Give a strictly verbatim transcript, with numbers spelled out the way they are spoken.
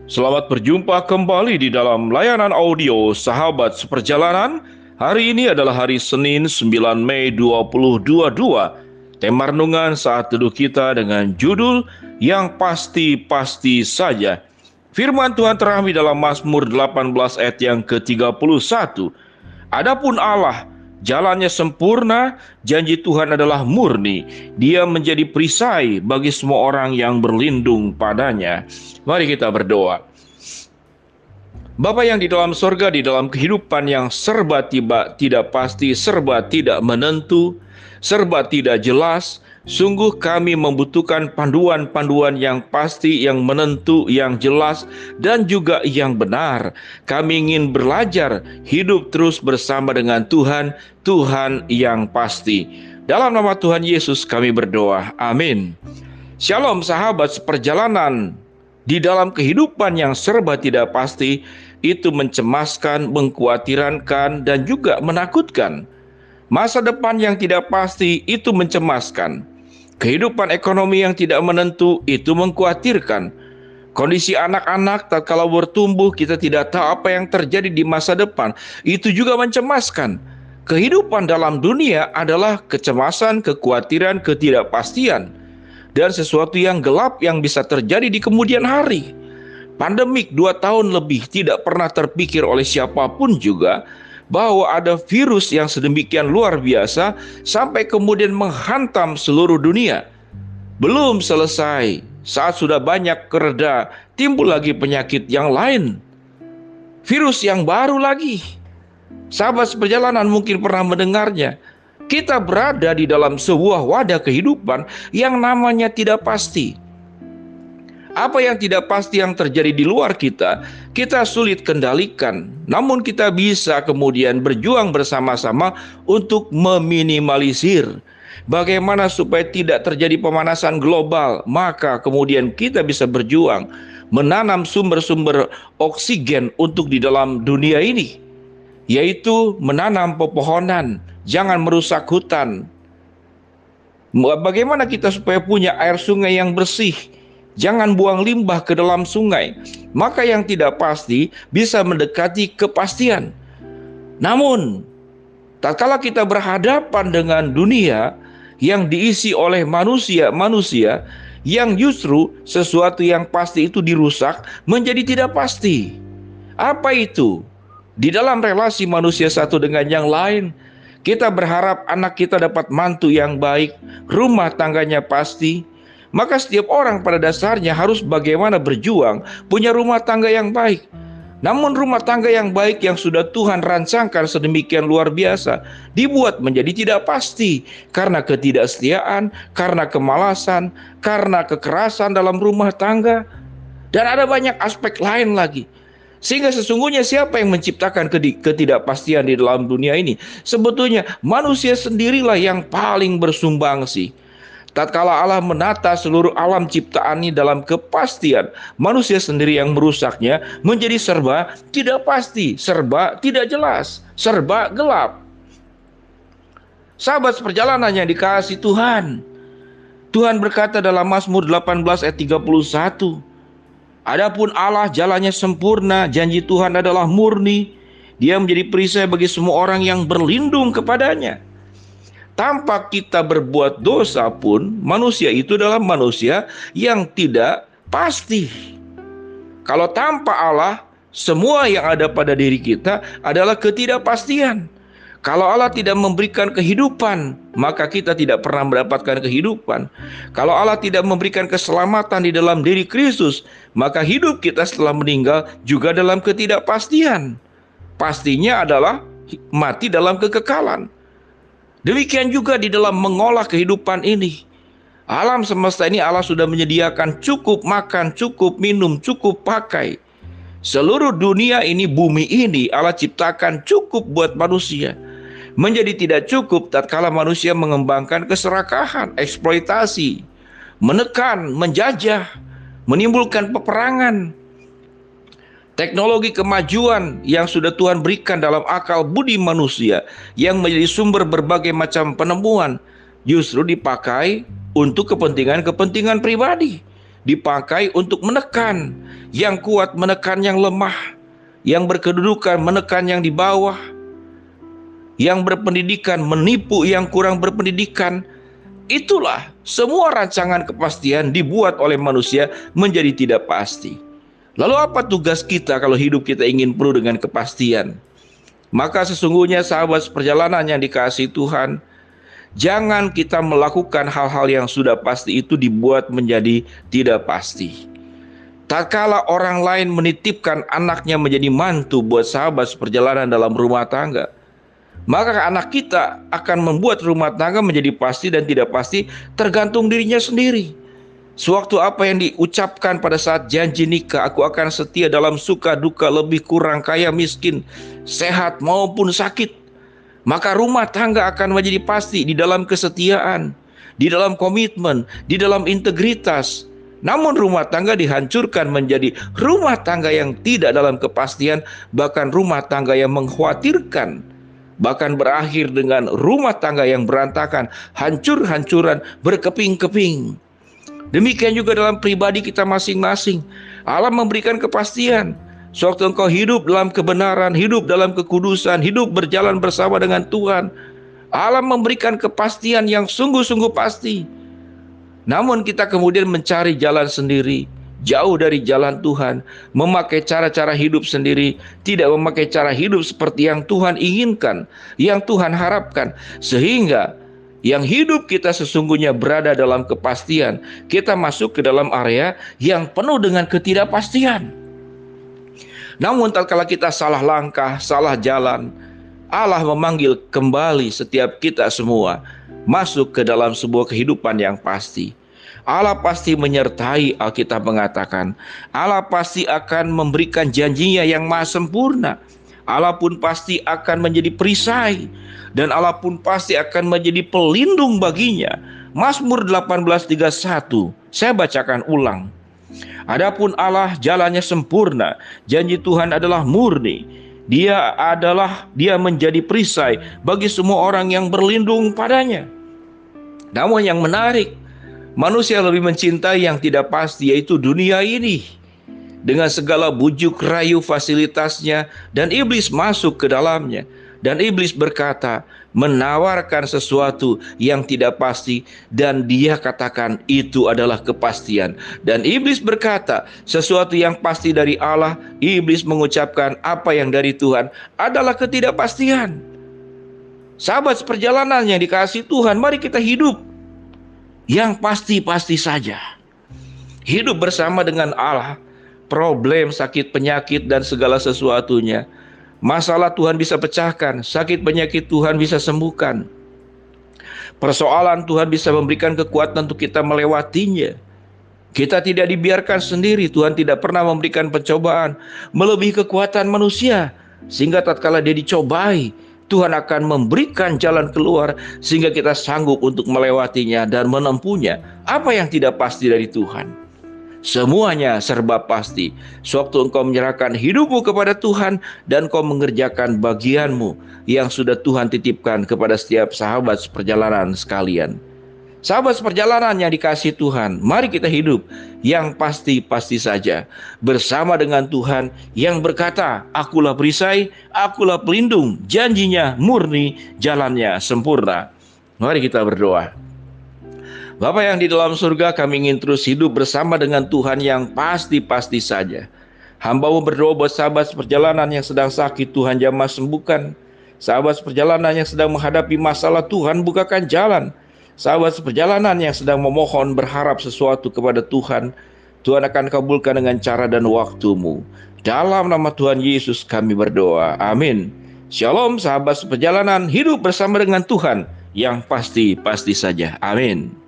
Selamat berjumpa kembali di dalam layanan audio Sahabat Seperjalanan. Hari ini adalah hari Senin sembilan Mei dua ribu dua puluh dua. Tema renungan saat teduh kita dengan judul Yang Pasti-Pasti Saja. Firman Tuhan terambil dalam Mazmur delapan belas ayat yang ke tiga puluh satu. Adapun Allah, jalannya sempurna, janji Tuhan adalah murni. Dia menjadi perisai bagi semua orang yang berlindung padanya. Mari kita berdoa. Bapa yang di dalam sorga, di dalam kehidupan yang serba tiba, tidak pasti, serba tidak menentu, serba tidak jelas, sungguh kami membutuhkan panduan-panduan yang pasti, yang menentu, yang jelas, dan juga yang benar. Kami ingin belajar hidup terus bersama dengan Tuhan, Tuhan yang pasti. Dalam nama Tuhan Yesus kami berdoa. Amin. Shalom sahabat seperjalanan. Di dalam kehidupan yang serba tidak pasti, itu mencemaskan, mengkhawatirkan, dan juga menakutkan. Masa depan yang tidak pasti itu mencemaskan. Kehidupan ekonomi yang tidak menentu itu mengkhawatirkan. Kondisi anak-anak tatkala bertumbuh, kita tidak tahu apa yang terjadi di masa depan, itu juga mencemaskan. Kehidupan dalam dunia adalah kecemasan, kekhawatiran, ketidakpastian, dan sesuatu yang gelap yang bisa terjadi di kemudian hari. Pandemik dua tahun lebih tidak pernah terpikir oleh siapapun juga bahwa ada virus yang sedemikian luar biasa sampai kemudian menghantam seluruh dunia. Belum selesai, saat sudah banyak kereda, timbul lagi penyakit yang lain. Virus yang baru lagi. Sahabat seperjalanan mungkin pernah mendengarnya. Kita berada di dalam sebuah wadah kehidupan yang namanya tidak pasti. Apa yang tidak pasti yang terjadi di luar kita, kita sulit kendalikan. Namun kita bisa kemudian berjuang bersama-sama untuk meminimalisir. Bagaimana supaya tidak terjadi pemanasan global, maka kemudian kita bisa berjuang menanam sumber-sumber oksigen untuk di dalam dunia ini, yaitu menanam pepohonan. Jangan merusak hutan. Bagaimana kita supaya punya air sungai yang bersih? Jangan buang limbah ke dalam sungai. Maka yang tidak pasti bisa mendekati kepastian. Namun, tatkala kita berhadapan dengan dunia yang diisi oleh manusia-manusia yang justru sesuatu yang pasti itu dirusak menjadi tidak pasti. Apa itu? Di dalam relasi manusia satu dengan yang lain, kita berharap anak kita dapat mantu yang baik, rumah tangganya pasti. Maka setiap orang pada dasarnya harus bagaimana berjuang punya rumah tangga yang baik. Namun rumah tangga yang baik yang sudah Tuhan rancangkan sedemikian luar biasa dibuat menjadi tidak pasti karena ketidaksetiaan, karena kemalasan, karena kekerasan dalam rumah tangga, dan ada banyak aspek lain lagi. Sehingga sesungguhnya siapa yang menciptakan ketidakpastian di dalam dunia ini? Sebetulnya manusia sendirilah yang paling bersumbangsi. Tatkala Allah menata seluruh alam ciptaan ini dalam kepastian, manusia sendiri yang merusaknya menjadi serba tidak pasti, serba tidak jelas, serba gelap. Sahabat seperjalanan yang dikasihi Tuhan, Tuhan berkata dalam Mazmur delapan belas ayat tiga puluh satu, adapun Allah jalannya sempurna, janji Tuhan adalah murni. Dia menjadi perisai bagi semua orang yang berlindung kepadanya. Tanpa kita berbuat dosa pun, manusia itu adalah manusia yang tidak pasti. Kalau tanpa Allah, semua yang ada pada diri kita adalah ketidakpastian. Kalau Allah tidak memberikan kehidupan, maka kita tidak pernah mendapatkan kehidupan. Kalau Allah tidak memberikan keselamatan di dalam diri Kristus, maka hidup kita setelah meninggal juga dalam ketidakpastian. Pastinya adalah mati dalam kekekalan. Demikian juga di dalam mengolah kehidupan ini. Alam semesta ini Allah sudah menyediakan cukup makan, cukup minum, cukup pakai. Seluruh dunia ini, bumi ini Allah ciptakan cukup buat manusia. Menjadi tidak cukup tatkala manusia mengembangkan keserakahan, eksploitasi, menekan, menjajah, menimbulkan peperangan. Teknologi kemajuan yang sudah Tuhan berikan dalam akal budi manusia yang menjadi sumber berbagai macam penemuan justru dipakai untuk kepentingan-kepentingan pribadi. dipakai untuk menekan. Yang kuat menekan yang lemah, yang berkedudukan menekan yang di bawah, yang berpendidikan menipu yang kurang berpendidikan. Itulah semua rancangan kepastian dibuat oleh manusia menjadi tidak pasti. Lalu apa tugas kita kalau hidup kita ingin penuh dengan kepastian? Maka sesungguhnya sahabat perjalanan yang dikasihi Tuhan, jangan kita melakukan hal-hal yang sudah pasti itu dibuat menjadi tidak pasti. Tatkala orang lain menitipkan anaknya menjadi mantu buat sahabat seperjalanan dalam rumah tangga, maka anak kita akan membuat rumah tangga menjadi pasti dan tidak pasti tergantung dirinya sendiri. Sewaktu apa yang diucapkan pada saat janji nikah, aku akan setia dalam suka duka, lebih kurang, kaya miskin, sehat maupun sakit. Maka rumah tangga akan menjadi pasti di dalam kesetiaan, di dalam komitmen, di dalam integritas. Namun rumah tangga dihancurkan menjadi rumah tangga yang tidak dalam kepastian, bahkan rumah tangga yang mengkhawatirkan, bahkan berakhir dengan rumah tangga yang berantakan, hancur-hancuran, berkeping-keping. Demikian juga dalam pribadi kita masing-masing. Allah memberikan kepastian. Sewaktu engkau hidup dalam kebenaran, hidup dalam kekudusan, hidup berjalan bersama dengan Tuhan, Allah memberikan kepastian yang sungguh-sungguh pasti. Namun kita kemudian mencari jalan sendiri, jauh dari jalan Tuhan, memakai cara-cara hidup sendiri, tidak memakai cara hidup seperti yang Tuhan inginkan, yang Tuhan harapkan, sehingga yang hidup kita sesungguhnya berada dalam kepastian. Kita masuk ke dalam area yang penuh dengan ketidakpastian. Namun tatkala kita salah langkah, salah jalan, Allah memanggil kembali setiap kita semua masuk ke dalam sebuah kehidupan yang pasti. Allah pasti menyertai, Alkitab mengatakan. Allah pasti akan memberikan janjinya yang maha sempurna. Allah pun pasti akan menjadi perisai, dan Allah pun pasti akan menjadi pelindung baginya. Mazmur delapan belas tiga puluh satu, saya bacakan ulang. Adapun Allah jalannya sempurna, janji Tuhan adalah murni. Dia adalah dia menjadi perisai bagi semua orang yang berlindung padanya. Namun yang menarik, manusia lebih mencintai yang tidak pasti, yaitu dunia ini, dengan segala bujuk rayu fasilitasnya, dan iblis masuk ke dalamnya. Dan iblis berkata, menawarkan sesuatu yang tidak pasti, dan dia katakan itu adalah kepastian. Dan iblis berkata, sesuatu yang pasti dari Allah, iblis mengucapkan apa yang dari Tuhan adalah ketidakpastian. Sahabat seperjalanan yang dikasihi Tuhan, mari kita hidup yang pasti-pasti saja. Hidup bersama dengan Allah. Problem, sakit, penyakit, dan segala sesuatunya, masalah Tuhan bisa pecahkan, sakit penyakit Tuhan bisa sembuhkan, persoalan Tuhan bisa memberikan kekuatan untuk kita melewatinya. Kita tidak dibiarkan sendiri. Tuhan tidak pernah memberikan pencobaan melebihi kekuatan manusia, sehingga tatkala dia dicobai, Tuhan akan memberikan jalan keluar sehingga kita sanggup untuk melewatinya dan menempuhnya. Apa yang tidak pasti dari Tuhan? Semuanya serba pasti sewaktu engkau menyerahkan hidupmu kepada Tuhan dan engkau mengerjakan bagianmu yang sudah Tuhan titipkan kepada setiap sahabat seperjalanan sekalian. Sahabat seperjalanan yang dikasihi Tuhan, mari kita hidup yang pasti-pasti saja bersama dengan Tuhan yang berkata, akulah perisai, akulah pelindung, janjinya murni, jalannya sempurna. Mari kita berdoa. Bapa yang di dalam surga, kami ingin terus hidup bersama dengan Tuhan yang pasti-pasti saja. Hamba-Mu berdoa buat sahabat seperjalanan yang sedang sakit, Tuhan jamah sembuhkan. Sahabat seperjalanan yang sedang menghadapi masalah, Tuhan bukakan jalan. Sahabat seperjalanan yang sedang memohon berharap sesuatu kepada Tuhan, Tuhan akan kabulkan dengan cara dan waktu-Mu. Dalam nama Tuhan Yesus kami berdoa. Amin. Shalom sahabat seperjalanan, hidup bersama dengan Tuhan yang pasti-pasti saja. Amin.